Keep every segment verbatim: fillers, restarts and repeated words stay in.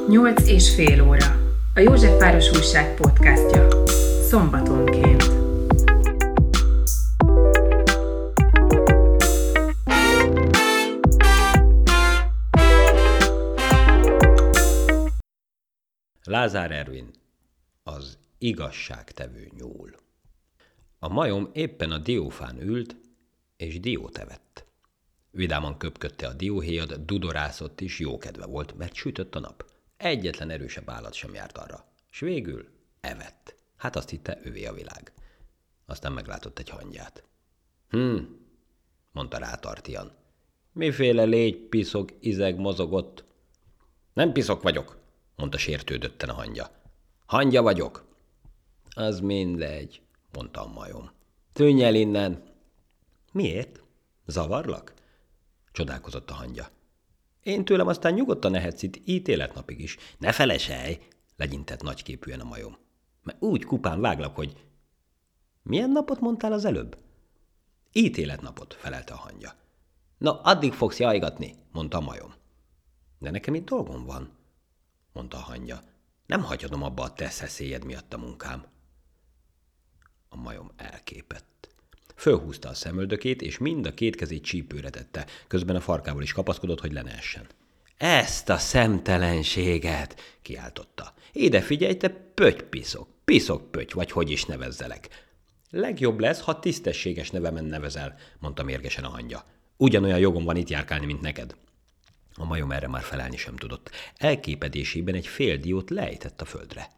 Nyolc és fél óra. A Józsefváros Újság podcastja. Szombatonként. Lázár Ervin, az igazságtevő nyúl. A majom éppen a diófán ült, és diót evett. Vidáman köpködte a dióhéjat, dudorászott is, jó kedve volt, mert sütött a nap. Egyetlen erősebb állat sem járt arra. S végül evett. Hát azt hitte, övé a világ. Aztán meglátott egy hangyát. Hm, mondta rá tartian. Miféle légy, piszok, izeg mozogott? Nem piszok vagyok, mondta sértődötten a hangya. Hangya vagyok. Az mindegy, mondta a majom. Tűnj el innen. Miért? Zavarlak? Csodálkozott a hangya. Én tőlem aztán nyugodtan ehetsz itt ítéletnapig is. Ne feleselj, legyintett nagyképűen a majom. Mert úgy kupán váglak, hogy... Milyen napot mondtál az előbb? Ítéletnapot, felelte a hangya. Na, addig fogsz jajgatni, mondta a majom. De nekem itt dolgom van, mondta a hangya. Nem hagyhatom abba a te szeszélyed miatt a munkám. A majom elképett. Fölhúzta a szemöldökét, és mind a két kezét csípőre tette, közben a farkával is kapaszkodott, hogy le ne essen. Ezt a szemtelenséget, kiáltotta. Éde figyelj, te pötypiszok, piszok-pöty, vagy hogy is nevezzelek. Legjobb lesz, ha tisztességes nevemen nevezel, mondta mérgesen a hangya. Ugyanolyan jogom van itt járkálni, mint neked. A majom erre már felelni sem tudott. Elképedésében egy fél diót lejtett a földre.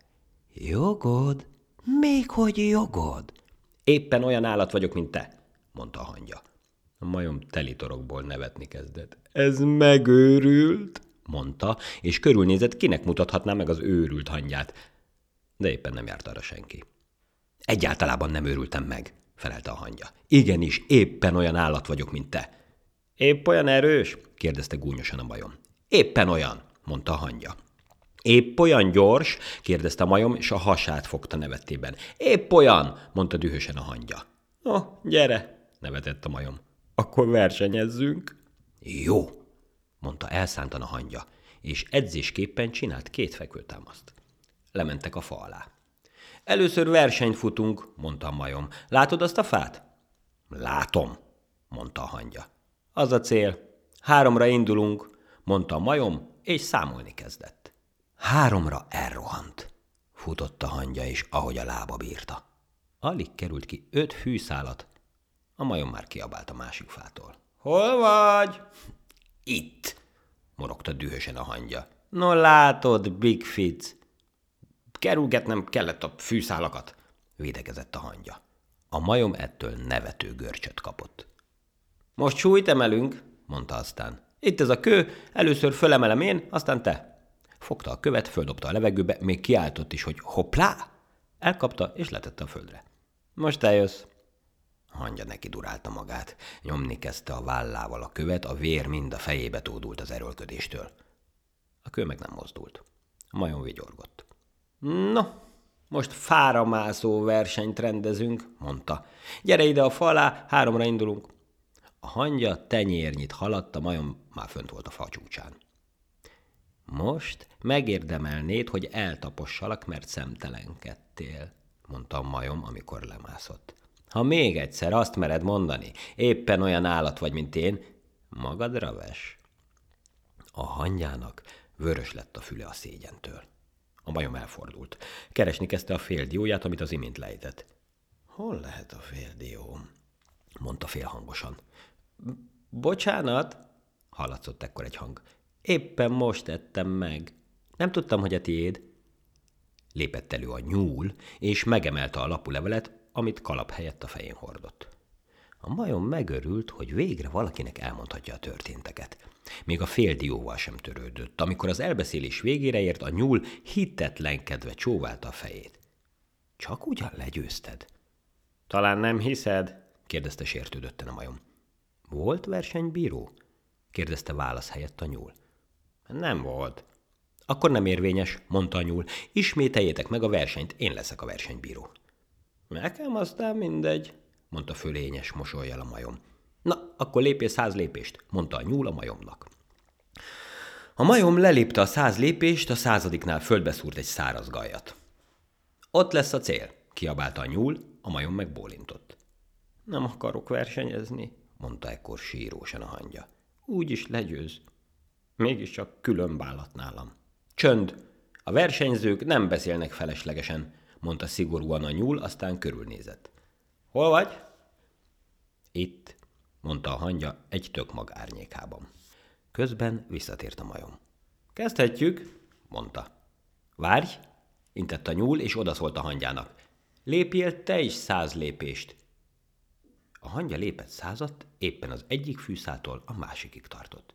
Jogod? Még hogy jogod? Éppen olyan állat vagyok, mint te, mondta a hangya. A majom telitorokból nevetni kezdett. Ez megőrült, mondta, és körülnézett, kinek mutathatná meg az őrült hangyát. De éppen nem járt arra senki. Egyáltalában nem őrültem meg, felelte a hangya. Igenis, éppen olyan állat vagyok, mint te. Épp olyan erős? kérdezte gúnyosan a majom. Éppen olyan, mondta a hangya. Épp olyan gyors? kérdezte a majom, és a hasát fogta nevettében. Épp olyan, mondta dühösen a hangya. No, gyere, nevetett a majom. Akkor versenyezzünk. Jó, mondta elszántan a hangya, és edzésképpen csinált két fekvőtámaszt. Lementek a fa alá. Először versenyt futunk, mondta a majom. Látod azt a fát? Látom, mondta a hangya. Az a cél. Háromra indulunk, mondta a majom, és számolni kezdett. Háromra elrohant, futott a hangya is, ahogy a lába bírta. Alig került ki öt fűszálat. A majom már kiabált a másik fától. Hol vagy? Itt, morogta dühösen a hangya. No látod, Big Fitz. Kerülgetnem kellett a fűszálakat, védekezett a hangya. A majom ettől nevető görcsöt kapott. Most súlyt emelünk, mondta aztán. Itt ez a kő, először fölemelem én, aztán te. Fogta a követ, földobta a levegőbe, még kiáltott is, hogy hoplá! Elkapta, és letette a földre. Most eljössz. A hangya neki durálta magát. Nyomni kezdte a vállával a követ, a vér mind a fejébe tódult az erőlködéstől. A kő meg nem mozdult. A majom vigyorgott. No, most fáramászó versenyt rendezünk, mondta. Gyere ide a fa alá, háromra indulunk. A hangya tenyérnyit haladt, a majom már fönt volt a fa csúcsán. Most megérdemelnéd, hogy eltapossalak, mert szemtelenkedtél, mondta a majom, amikor lemászott. Ha még egyszer azt mered mondani, éppen olyan állat vagy, mint én, magadra ves. A hangyának vörös lett a füle a szégyentől. A majom elfordult. Keresni kezdte a fél dióját, amit az imént lejtett. Hol lehet a fél dióm? Mondta félhangosan. Bocsánat, hallatszott ekkor egy hang. Éppen most ettem meg. Nem tudtam, hogy a tiéd. Lépett elő a nyúl, és megemelte a lapulevelet, amit kalap helyett a fején hordott. A majom megörült, hogy végre valakinek elmondhatja a történteket. Még a fél dióval sem törődött. Amikor az elbeszélés végére ért, a nyúl hitetlenkedve csóválta a fejét. Csak ugyan legyőzted? Talán nem hiszed? kérdezte sértődötten a majom. Volt versenybíró? kérdezte válasz helyett a nyúl. Nem volt. Akkor nem érvényes, mondta a nyúl. Ismételjétek meg a versenyt, én leszek a versenybíró. Nekem aztán mindegy, mondta fölényes mosollyal a majom. Na, akkor lépél száz lépést, mondta a nyúl a majomnak. A majom lelépte a száz lépést, a századiknál földbe szúrt egy száraz gajat. Ott lesz a cél, kiabálta a nyúl, a majom meg bólintott. Nem akarok versenyezni, mondta ekkor sírósan a hangya. Úgyis legyőz. Mégiscsak külön bálat nálam. Csönd! A versenyzők nem beszélnek feleslegesen, mondta szigorúan a nyúl, aztán körülnézett. Hol vagy? Itt, mondta a hangya egy tökmag árnyékában. Közben visszatért a majom. Kezdhetjük, mondta. Várj, intett a nyúl, és odaszólt a hangyának. Lépjél te is száz lépést. A hangya lépett százat, éppen az egyik fűszáltól a másikig tartott.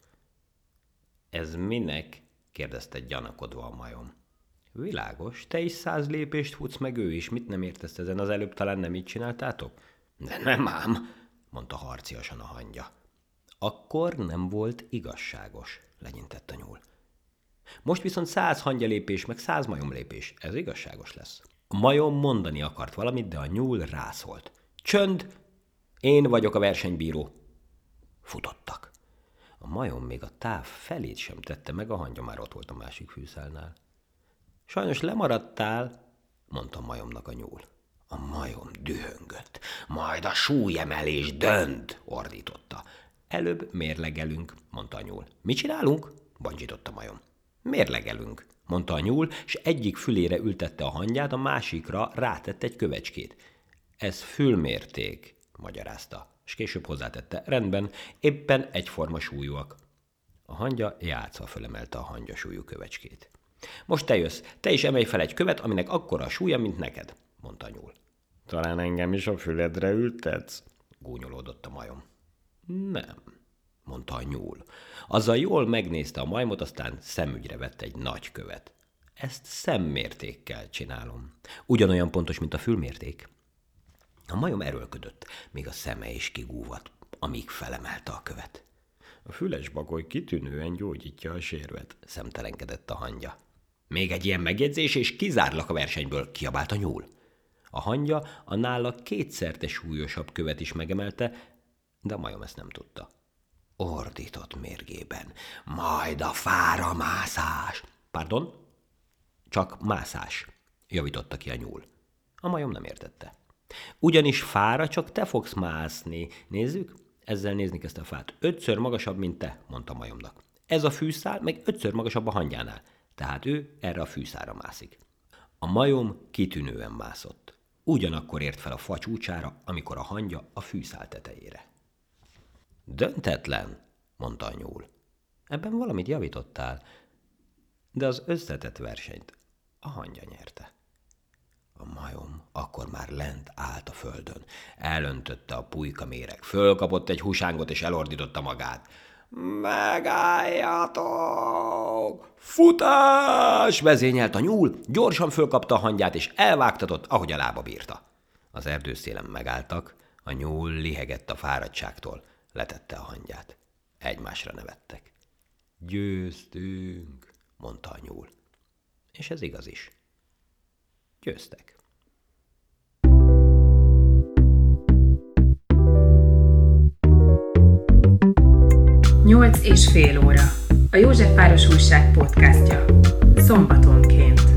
Ez minek? Kérdezte gyanakodva a majom. Világos, te is száz lépést futsz, meg ő is. Mit nem értesz ezen? Az előbb talán nem így csináltátok? De nem ám, mondta harciasan a hangya. Akkor nem volt igazságos, lenyintett a nyúl. Most viszont száz hangyalépés, meg száz majomlépés. Ez igazságos lesz. A majom mondani akart valamit, de a nyúl rászólt. Csönd! Én vagyok a versenybíró. Futottak. A majom még a táv felét sem tette meg, a hangya már ott volt a másik fűszálnál. Sajnos lemaradtál, mondta a majomnak a nyúl. A majom dühöngött. Majd a súlyemelés dönt, ordította. Előbb mérlegelünk, mondta a nyúl. Mit csinálunk? Bancsított a majom. Mérlegelünk, mondta a nyúl, és egyik fülére ültette a hangyát, a másikra rátett egy kövecskét. Ez fülmérték, magyarázta, és később hozzátette. Rendben, éppen egyforma súlyúak. A hangya játszva fölemelte a hangyasúlyú kövecskét. Most te jössz, te is emelj fel egy követ, aminek akkora a súlya, mint neked, mondta a nyúl. Talán engem is a füledre ültetsz? Gúnyolódott a majom. Nem, mondta a nyúl. Azzal jól megnézte a majmot, aztán szemügyre vett egy nagy követ. Ezt szemmértékkel csinálom. Ugyanolyan pontos, mint a fülmérték. A majom erőlködött, még a szeme is kigúvadt, amíg felemelte a követ. A füles bagoly kitűnően gyógyítja a sérvet, szemtelenkedett a hangya. Még egy ilyen megjegyzés, és kizárlak a versenyből, kiabált a nyúl. A hangya a nála kétszerte súlyosabb követ is megemelte, de a majom ezt nem tudta. Ordított mérgében. Majd a fára mászás. Pardon? Csak mászás, javította ki a nyúl. A majom nem értette. Ugyanis fára csak te fogsz mászni. Nézzük? Ezzel nézni ezt a fát. Ötször magasabb, mint te, mondta a majomnak. Ez a fűszál meg ötször magasabb a hangyánál. Tehát ő erre a fűszálra mászik. A majom kitűnően mászott. Ugyanakkor ért fel a fa csúcsára, amikor a hangya a fűszál tetejére. Döntetlen, mondta a nyúl. Ebben valamit javítottál, de az összetett versenyt a hangya nyerte. A majom akkor már lent állt a földön. Elöntötte a pulykaméreg, fölkapott egy húsángot és elordította magát. Megálljatok! Futás! Vezényelt a nyúl, gyorsan fölkapta a hangyát és elvágtatott, ahogy a lába bírta. Az erdőszélen megálltak, a nyúl lihegett a fáradtságtól, letette a hangyát. Egymásra nevettek. Győztünk, mondta a nyúl. És ez igaz is. Győztek. Nyolc és fél óra. A Józsefváros Újság podcastja. Szombatonként.